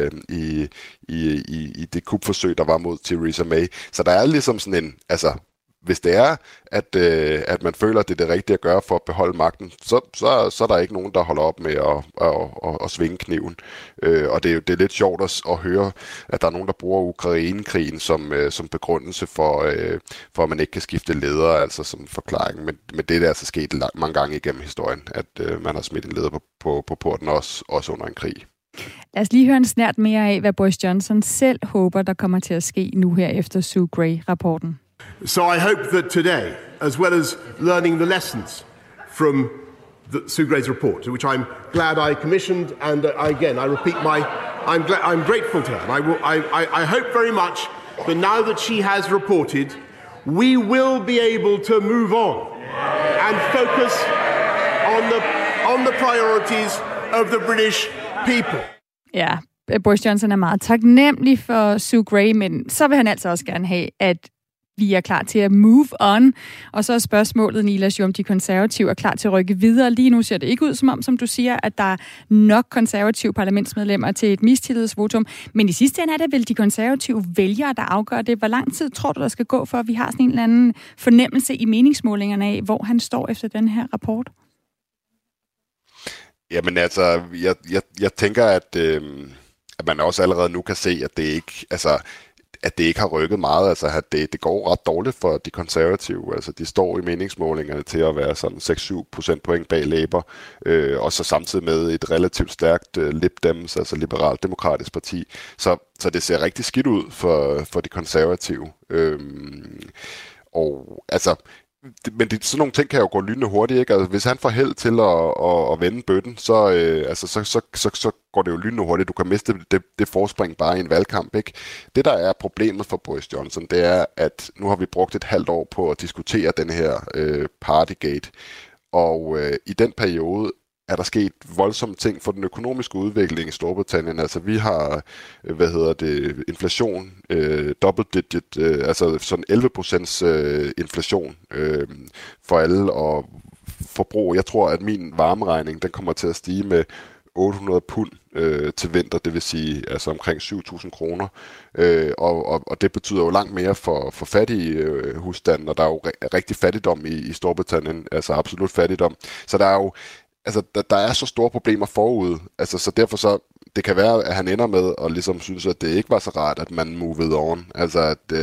i det kupforsøg, der var mod Theresa May. Så der er ligesom sådan en, altså, hvis det er, at man føler, at det er det rigtige at gøre for at beholde magten, så er der ikke nogen, der holder op med at svinge kniven. Og det er lidt sjovt at høre, at der er nogen, der bruger Ukraine-krigen som begrundelse for, at man ikke kan skifte leder, altså som forklaring. Men det er altså sket mange gange igennem historien, at man har smidt en leder på porten også under en krig. Lad os lige høre en snert mere af, hvad Boris Johnson selv håber, der kommer til at ske nu her efter Sue Gray-rapporten. So I hope that today, as well as learning the lessons from Sue Gray's report, which I'm glad I commissioned, and I repeat I'm grateful to her. I hope very much that now that she has reported, we will be able to move on and focus on the priorities of the British people. Ja, Boris Johnson er meget taknemmelig for Sue Gray, men så vil han altså også gerne have, at vi er klar til at move on. Og så er spørgsmålet, Nilas, om de konservative er klar til at rykke videre. Lige nu ser det ikke ud som du siger, at der er nok konservative parlamentsmedlemmer til et mistillidsvotum. Men i sidste ende er det vel de konservative vælgere, der afgør det. Hvor lang tid tror du, der skal gå, for at vi har sådan en eller anden fornemmelse i meningsmålingerne af, hvor han står efter den her rapport? Jamen altså, jeg tænker, at man også allerede nu kan se, at det ikke, altså, at det ikke har rykket meget. Altså, at det går ret dårligt for de konservative. Altså, de står i meningsmålingerne til at være sådan 6-7 procentpoint bag Labour, og så samtidig med et relativt stærkt Lib Dems, altså liberalt demokratisk parti. Så det ser rigtig skidt ud for de konservative. Og altså, men sådan nogle ting kan jo gå lynende hurtigt, ikke? Altså, hvis han får held til at vende bøtten, så går det jo lynende hurtigt. Du kan miste det forspring bare i en valgkamp, ikke? Det, der er problemet for Boris Johnson, det er, at nu har vi brugt et halvt år på at diskutere den her Partygate, og i den periode er der sket voldsomme ting for den økonomiske udvikling i Storbritannien. Altså vi har, inflation, double digit, altså sådan 11% inflation for alle, og forbrug. Jeg tror, at min varmeregning, den kommer til at stige med 800 pund til vinter, det vil sige altså omkring 7.000 kroner. Og det betyder jo langt mere for fattige husstande, og der er jo rigtig fattigdom i Storbritannien, altså absolut fattigdom. Så der er jo der er så store problemer forude, altså så derfor så, det kan være, at han ender med at ligesom synes, at det ikke var så rart, at man moved on, altså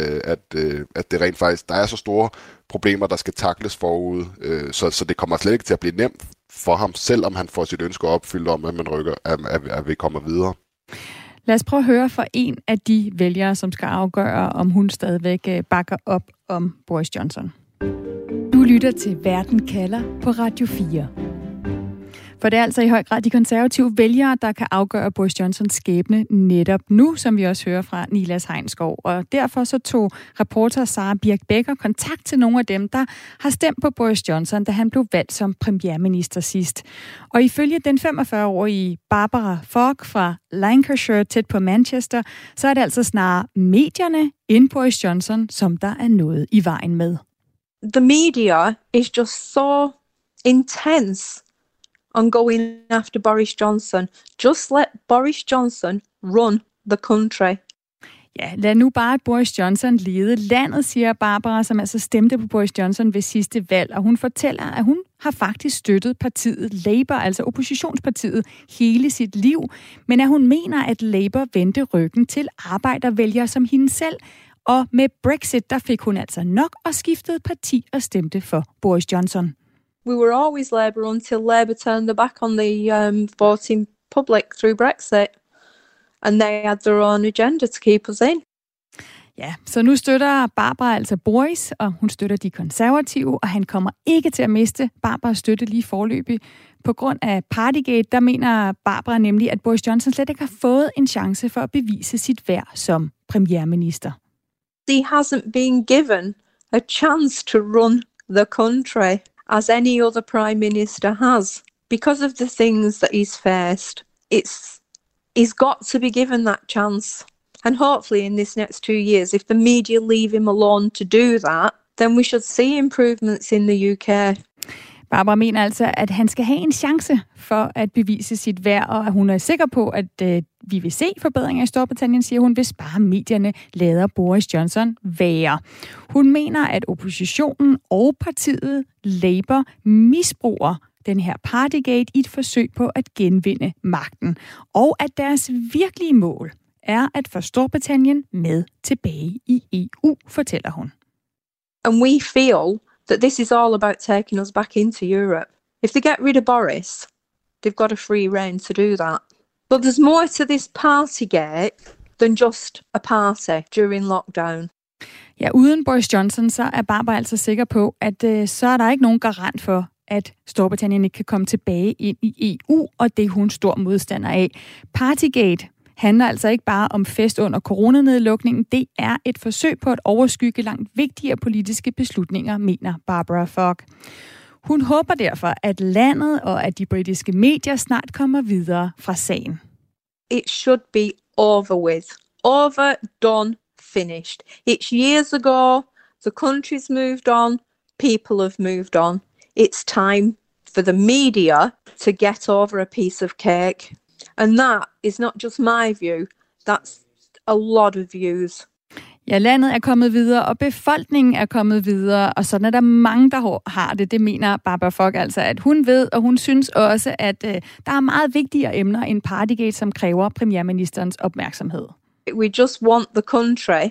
at det rent faktisk, der er så store problemer, der skal takles forude, så det kommer slet ikke til at blive nemt for ham, selvom han får sit ønske opfyldt om, at man rykker, at vi kommer videre. Lad os prøve at høre fra en af de vælgere, som skal afgøre, om hun stadigvæk bakker op om Boris Johnson. Du lytter til Verden kalder på Radio 4. For det er altså i høj grad de konservative vælgere, der kan afgøre Boris Johnsons skæbne netop nu, som vi også hører fra Nilas Heinskov. Og derfor så tog reporter Sara Birk Becker kontakt til nogle af dem, der har stemt på Boris Johnson, da han blev valgt som premierminister sidst. Og ifølge den 45-årige Barbara Fogg fra Lancashire tæt på Manchester, så er det altså snarere medierne end Boris Johnson, som der er noget i vejen med. The media is just so intense on going after Boris Johnson. Just let Boris Johnson run the country. Ja, lad nu bare Boris Johnson lede landet, siger Barbara, som altså stemte på Boris Johnson ved sidste valg. Og hun fortæller, at hun har faktisk støttet partiet Labour, altså oppositionspartiet, hele sit liv. Men at hun mener, at Labour vendte ryggen til arbejdervælgere som hende selv. Og med Brexit, der fik hun altså nok og skiftede parti og stemte for Boris Johnson. We were always Labour until Labour turned their back on the voting public through Brexit. And they had their own agenda to keep us in. Ja, så nu støtter Barbara altså Boris, og hun støtter de konservative, og han kommer ikke til at miste Barbaras støtte lige forløbig. På grund af Partygate, der mener Barbara nemlig, at Boris Johnson slet ikke har fået en chance for at bevise sit værd som premierminister. He hasn't been given a chance to run the country as any other prime minister has. Because of the things that he's faced, he's got to be given that chance. And hopefully in this next 2 years, if the media leave him alone to do that, then we should see improvements in the UK. Barbara mener altså, at han skal have en chance for at bevise sit værd, og at hun er sikker på, at vi vil se forbedringer i Storbritannien, siger hun, hvis bare medierne lader Boris Johnson være. Hun mener, at oppositionen og partiet Labour misbruger den her Partygate i et forsøg på at genvinde magten, og at deres virkelige mål er at få Storbritannien med tilbage i EU, fortæller hun. And we feel that this is all about taking us back into Europe. If they get rid of Boris, they've got a free rein to do that. But there's more to this Partygate than just a party during lockdown. Ja, uden Boris Johnson, så er Barbara altså sikker på, at så er der ikke nogen garant for, at Storbritannien ikke kan komme tilbage ind i EU, og det er hun stor modstander af. Partygate handler altså ikke bare om fest under coronanedlukningen. Det er et forsøg på at overskygge langt vigtigere politiske beslutninger, mener Barbara Fogg. Hun håber derfor, at landet og at de britiske medier snart kommer videre fra sagen. It should be over with. Over, done, finished. It's years ago. The country's moved on. People have moved on. It's time for the media to get over a piece of cake. And that is not just my view. That's a lot of views. Ja, landet er kommet videre, og befolkningen er kommet videre, og sådan er der mange, der har det. Det mener Barbara Fogg altså, at hun ved, og hun synes også, at der er meget vigtigere emner end Partygate, som kræver premierministerens opmærksomhed. We just want the country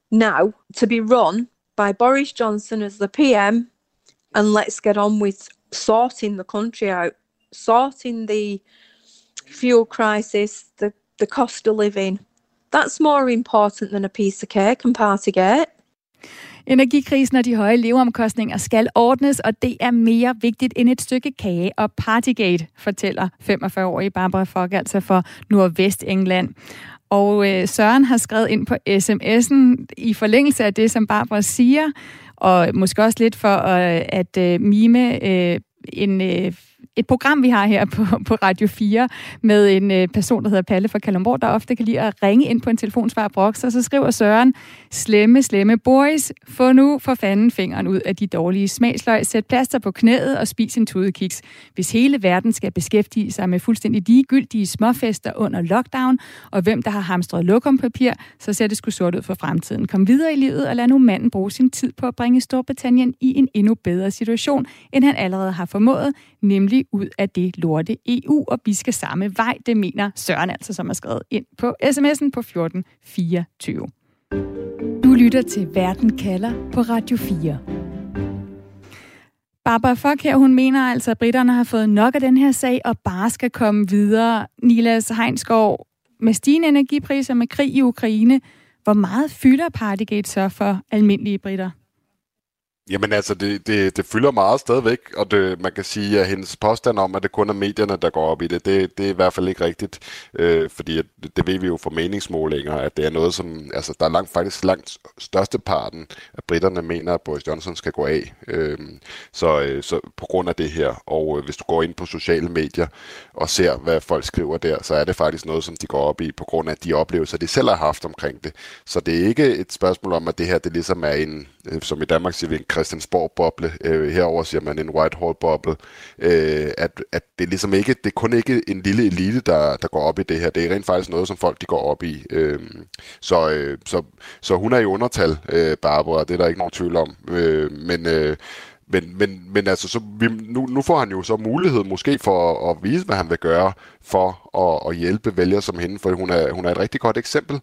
now to be run by Boris Johnson as the PM, and let's get on with sorting the country out, sorting the fuel crisis, the cost of living. That's more important than a piece of cake and Partygate. Energikrisen og de høje leveomkostninger skal ordnes, og det er mere vigtigt end et stykke kage og Partygate, fortæller 45-årige Barbara Fogg, altså for Nordvestengland. Og Søren har skrevet ind på sms'en i forlængelse af det, som Barbara siger, og måske også lidt for at mime et program, vi har her på Radio 4, med en person, der hedder Palle fra Kalundborg, der ofte kan lide at ringe ind på en telefonsvarboks, og så skriver Søren: slemme boys, få nu for fanden fingeren ud af de dårlige smagsløg, sæt plaster på knæet og spis en tudekiks. Hvis hele verden skal beskæftige sig med fuldstændig ligegyldige småfester under lockdown, og hvem der har hamstret lokumpapir, så ser det sgu sort ud for fremtiden. Kom videre i livet og lad nu manden bruge sin tid på at bringe Storbritannien i en endnu bedre situation, end han allerede har formået, nemlig ud af det lorte EU, og vi skal samme vej, det mener Søren altså, som er skrevet ind på sms'en på 1424. Du lytter til Verden kalder på Radio 4. Barbara Fogg her, hun mener altså, at britterne har fået nok af den her sag, og bare skal komme videre. Nilas Heinsgaard, med stigende energipriser, med krig i Ukraine, hvor meget fylder Partygate så for almindelige britter? Jamen altså, det fylder meget stadigvæk, og man kan sige, at hendes påstand om, at det kun er medierne, der går op i det er i hvert fald ikke rigtigt, fordi det ved vi jo fra meningsmålinger, at det er noget, som, altså der er faktisk langt størsteparten af britterne mener, at Boris Johnson skal gå af, så på grund af det her, og hvis du går ind på sociale medier og ser, hvad folk skriver der, så er det faktisk noget, som de går op i, på grund af de oplevelser, de selv har haft omkring det. Så det er ikke et spørgsmål om, at det her, det ligesom er en, som i Danmark siger vi, en Christiansborg-boble, herover siger man en Whitehall-boble, at det ligesom ikke, det er kun ikke en lille elite, der går op i det her. Det er rent faktisk noget, som folk de går op i. Så hun er i undertal, Barbara, det er der ikke nogen tvivl om. Men altså, så nu får han jo så mulighed måske for at vise, hvad han vil gøre for at hjælpe vælgere som hende, for hun er et rigtig godt eksempel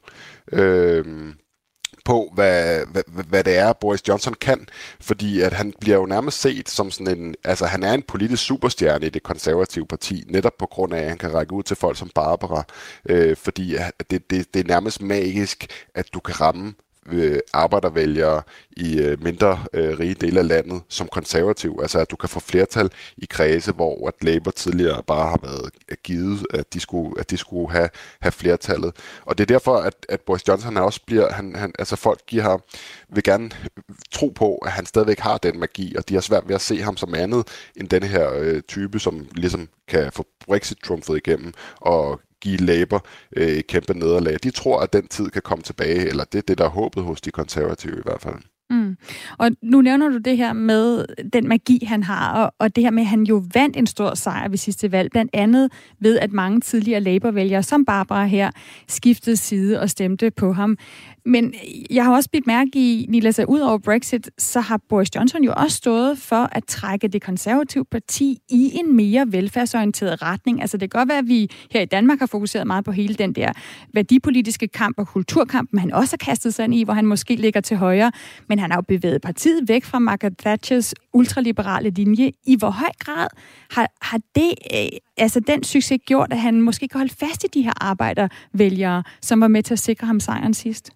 på, hvad det er, Boris Johnson kan, fordi at han bliver jo nærmest set som sådan en, altså han er en politisk superstjerne i det konservative parti, netop på grund af, at han kan række ud til folk som Barbara, fordi det er nærmest magisk, at du kan ramme arbejdervælgere i mindre rige dele af landet som konservativ. Altså at du kan få flertal i kredse, hvor at Labour tidligere bare har været givet, at de skulle have flertallet. Og det er derfor, at Boris Johnson han også bliver, altså folk vil gerne tro på, at han stadigvæk har den magi, og de har svært ved at se ham som andet end den her type, som ligesom kan få Brexit trumfet igennem og give Labour et kæmpe nederlag. De tror, at den tid kan komme tilbage, eller det er det, der er håbet hos de konservative i hvert fald. Mm. Og nu nævner du det her med den magi, han har, og det her med, at han jo vandt en stor sejr ved sidste valg, blandt andet ved, at mange tidligere Labour-vælgere, som Barbara her, skiftede side og stemte på ham. Men jeg har også bidt mærke i, Nilas, at ud over Brexit, så har Boris Johnson jo også stået for at trække det konservative parti i en mere velfærdsorienteret retning. Altså det kan godt være, at vi her i Danmark har fokuseret meget på hele den der værdipolitiske kamp og kulturkampen, han også har kastet sig ind i, hvor han måske ligger til højre. Men han har jo bevæget partiet væk fra Margaret Thatchers ultraliberale linje. I hvor høj grad har det, altså den succes gjort, at han måske kan holde fast i de her arbejdervælgere, som var med til at sikre ham sejren sidst?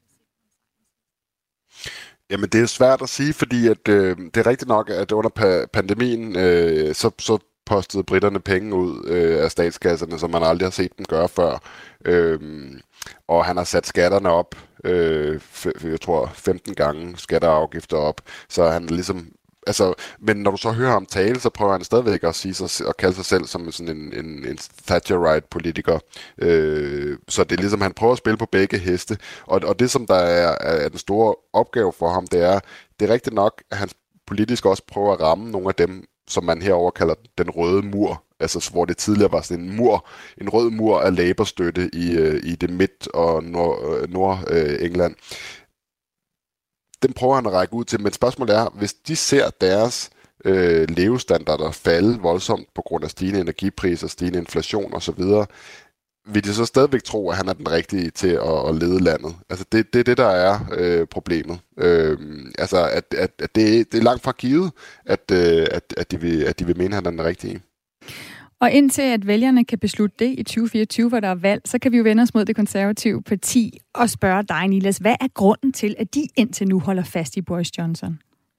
Jamen, det er svært at sige, fordi at, det er rigtigt nok, at under pandemien, så postede britterne penge ud af statskasserne, som man aldrig har set dem gøre før. Og han har sat skatterne op, jeg tror 15 gange skatter og afgifter op, så han ligesom... Altså, men når du så hører ham tale, så prøver han stadigvæk at sige sig og kalde sig selv som sådan en Thatcherite politiker. Så det er ligesom, han prøver at spille på begge heste. Og det, som der er den store opgave for ham, det er rigtigt nok, at han politisk også prøver at ramme nogle af dem, som man herover kalder den røde mur. Altså, hvor det tidligere var sådan en rød mur af Labour-støtte i det midt- og nord-England. Den prøver han at række ud til, men spørgsmålet er, hvis de ser deres levestandarder falde voldsomt på grund af stigende energipriser, stigende inflation osv., vil de så stadigvæk tro, at han er den rigtige til at lede landet? Altså det er det, der er problemet. Altså at det er langt fra givet, at de vil mene, at han er den rigtige. Og indtil at vælgerne kan beslutte det i 2024, hvor der er valg, så kan vi jo vende os mod det konservative parti og spørge dig, Niels, hvad er grunden til, at de indtil nu holder fast i Boris Johnson?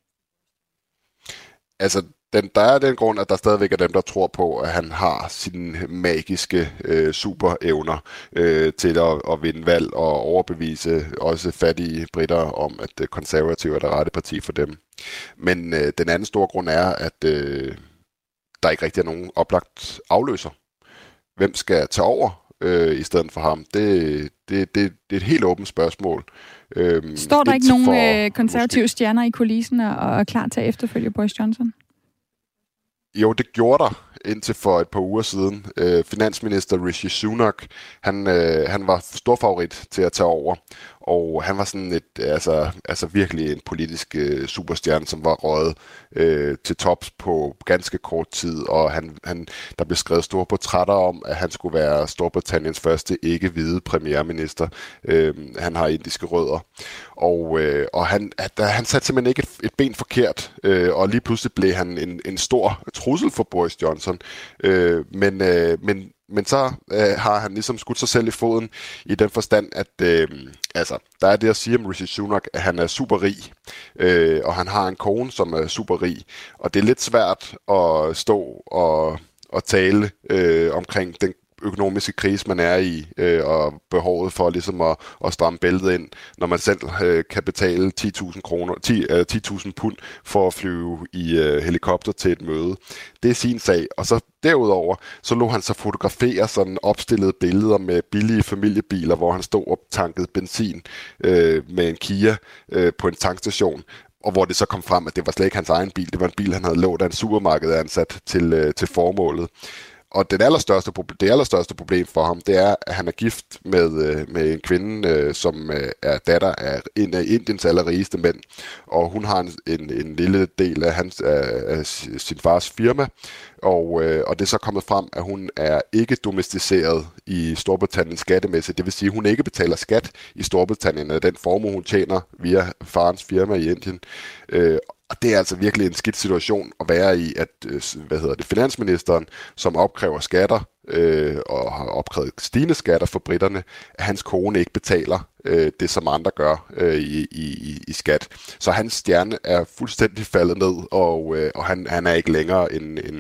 Altså, der er den grund, at der stadigvæk er dem, der tror på, at han har sine magiske superevner til at vinde valg og overbevise også fattige britter om, at konservative er det rette parti for dem. Men den anden store grund er, at der ikke rigtig er nogen oplagt afløser. Hvem skal tage over i stedet for ham? Det er et helt åbent spørgsmål. Står der ikke nogen konservative stjerner i kulissen og er klar til at efterfølge Boris Johnson? Jo, det gjorde der indtil for et par uger siden. Finansminister Rishi Sunak, han var stor favorit til at tage over, og han var sådan altså virkelig en politisk superstjerne, som var røget til tops på ganske kort tid, og der blev skrevet store portrætter om, at han skulle være Storbritanniens første ikke-hvide premierminister. Han har indiske rødder, og han satte simpelthen ikke et ben forkert, og lige pludselig blev han en stor trussel for Boris Johnson. Men så har han ligesom skudt sig selv i foden i den forstand, at der er det at sige om Rishi Sunak, at han er super rig, og han har en kone, som er super rig, og det er lidt svært at stå og tale omkring den økonomiske krise, man er i, og behovet for ligesom at stramme bæltet ind, når man selv kan betale 10.000 pund for at flyve i helikopter til et møde. Det er sin sag. Og så derudover, så lå han så fotografere sådan opstillede billeder med billige familiebiler, hvor han stod og tankede benzin med en Kia på en tankstation, og hvor det så kom frem, at det var slet ikke hans egen bil. Det var en bil, han havde lånt af en supermarkedansat til formålet. Og det allerstørste problem for ham, det er, at han er gift med en kvinde, som er datter af en af Indiens allerrigeste mænd. Og hun har en lille del af sin fars firma. Og det er så kommet frem, at hun er ikke domesticeret i Storbritannien skattemæssigt. Det vil sige, at hun ikke betaler skat i Storbritannien af den formue, hun tjener via farens firma i Indien. Og det er altså virkelig en skidt situation at være i, at finansministeren, som opkræver skatter og har opkrævet stigende skatter for britterne, at hans kone ikke betaler det, som andre gør i skat. Så hans stjerne er fuldstændig faldet ned, og han er ikke længere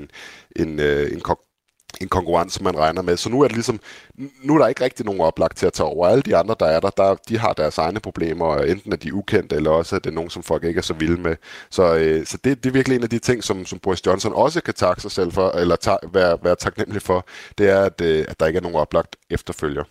en konkurrence, man regner med. Så nu er det ligesom, nu er der ikke rigtig nogen oplagt til at tage over. Alle de andre, der er der, de har deres egne problemer, enten er de ukendte, eller også er det nogen, som folk ikke er så vilde med. Så det er virkelig en af de ting, som Boris Johnson også kan takke sig selv for, eller være taknemmelig for, det er, at der ikke er nogen oplagt efterfølger.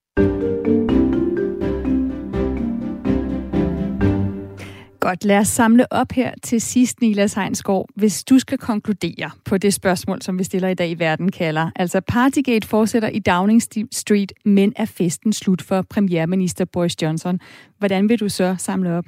Godt, lad os samle op her til sidst, Niels Heinsgaard. Hvis du skal konkludere på det spørgsmål, som vi stiller i dag i Verden kalder. Altså, Partygate fortsætter i Downing Street, men er festen slut for premierminister Boris Johnson. Hvordan vil du så samle op?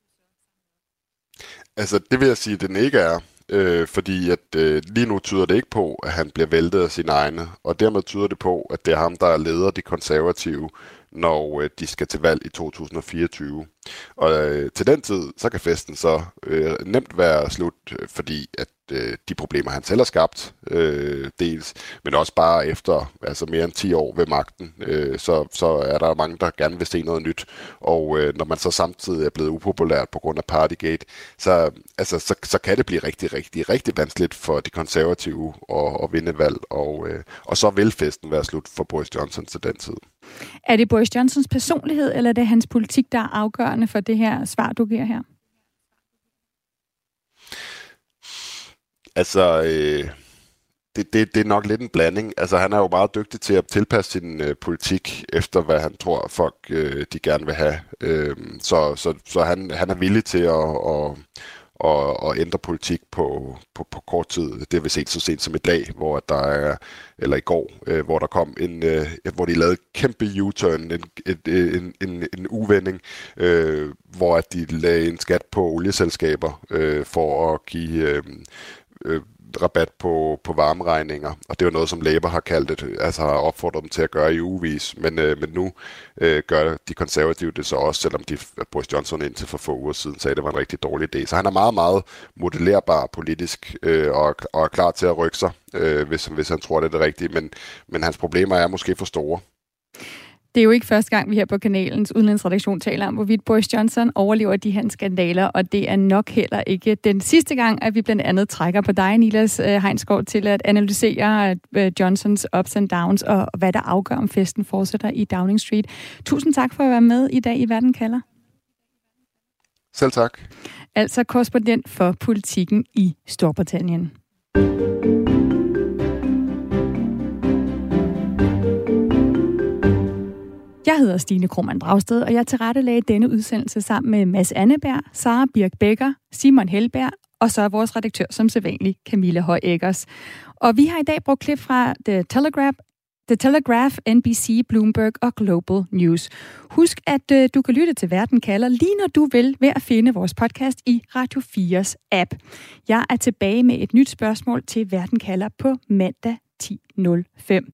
Altså, det vil jeg sige, at den ikke er. Fordi at lige nu tyder det ikke på, at han bliver væltet af sine egne. Og dermed tyder det på, at det er ham, der leder de konservative, når de skal til valg i 2024. Og til den tid, så kan festen så nemt være slut, fordi at de problemer, han selv har skabt, dels, men også bare efter mere end 10 år ved magten, så er der mange, der gerne vil se noget nyt. Og når man så samtidig er blevet upopulært på grund af Partygate, så kan det blive rigtig, rigtig, rigtig vanskeligt for de konservative at vinde valg, og så vil festen være slut for Boris Johnson til den tid. Er det Boris Johnsons personlighed, eller er det hans politik, der er afgørende for det her svar, du giver her? Altså, det er nok lidt en blanding. Altså, han er jo meget dygtig til at tilpasse sin politik efter, hvad han tror, folk de gerne vil have. Så han er villig til at ændre politik på kort tid. Det har vi set så sent som i dag, eller i går, hvor der kom hvor de lavede kæmpe U-turn, en uvending, hvor at de lagde en skat på olieselskaber for at give rabat på varmeregninger, og det er jo noget, som Labour har kaldt det, altså har opfordret dem til at gøre i ugevis, men nu gør de konservative det så også, selvom Boris Johnson indtil for få uger siden sagde, at det var en rigtig dårlig idé. Så han er meget, meget modellerbar politisk, og er klar til at rykke sig, hvis han tror, det er det rigtige, men hans problemer er måske for store. Det er jo ikke første gang, vi her på kanalens udenlandsredaktion taler om, hvorvidt Boris Johnson overlever de her skandaler, og det er nok heller ikke den sidste gang, at vi blandt andet trækker på dig, Nilas Heinsgaard, til at analysere Johnsons ups and downs, og hvad der afgør, om festen fortsætter i Downing Street. Tusind tak for at være med i dag i Verden kalder. Selv tak. Altså korrespondent for Politikken i Storbritannien. Jeg hedder Stine Krohmann Dragsted, og jeg tilrettelagde denne udsendelse sammen med Mads Anneberg, Sara Birk Becker, Simon Helberg, og så er vores redaktør som sædvanlig, Camilla Høj Eggers. Og vi har i dag brugt klip fra The Telegraph, NBC, Bloomberg og Global News. Husk, at du kan lytte til Verden kalder lige når du vil ved at finde vores podcast i Radio 4's app. Jeg er tilbage med et nyt spørgsmål til Verden kalder på mandag 10.05.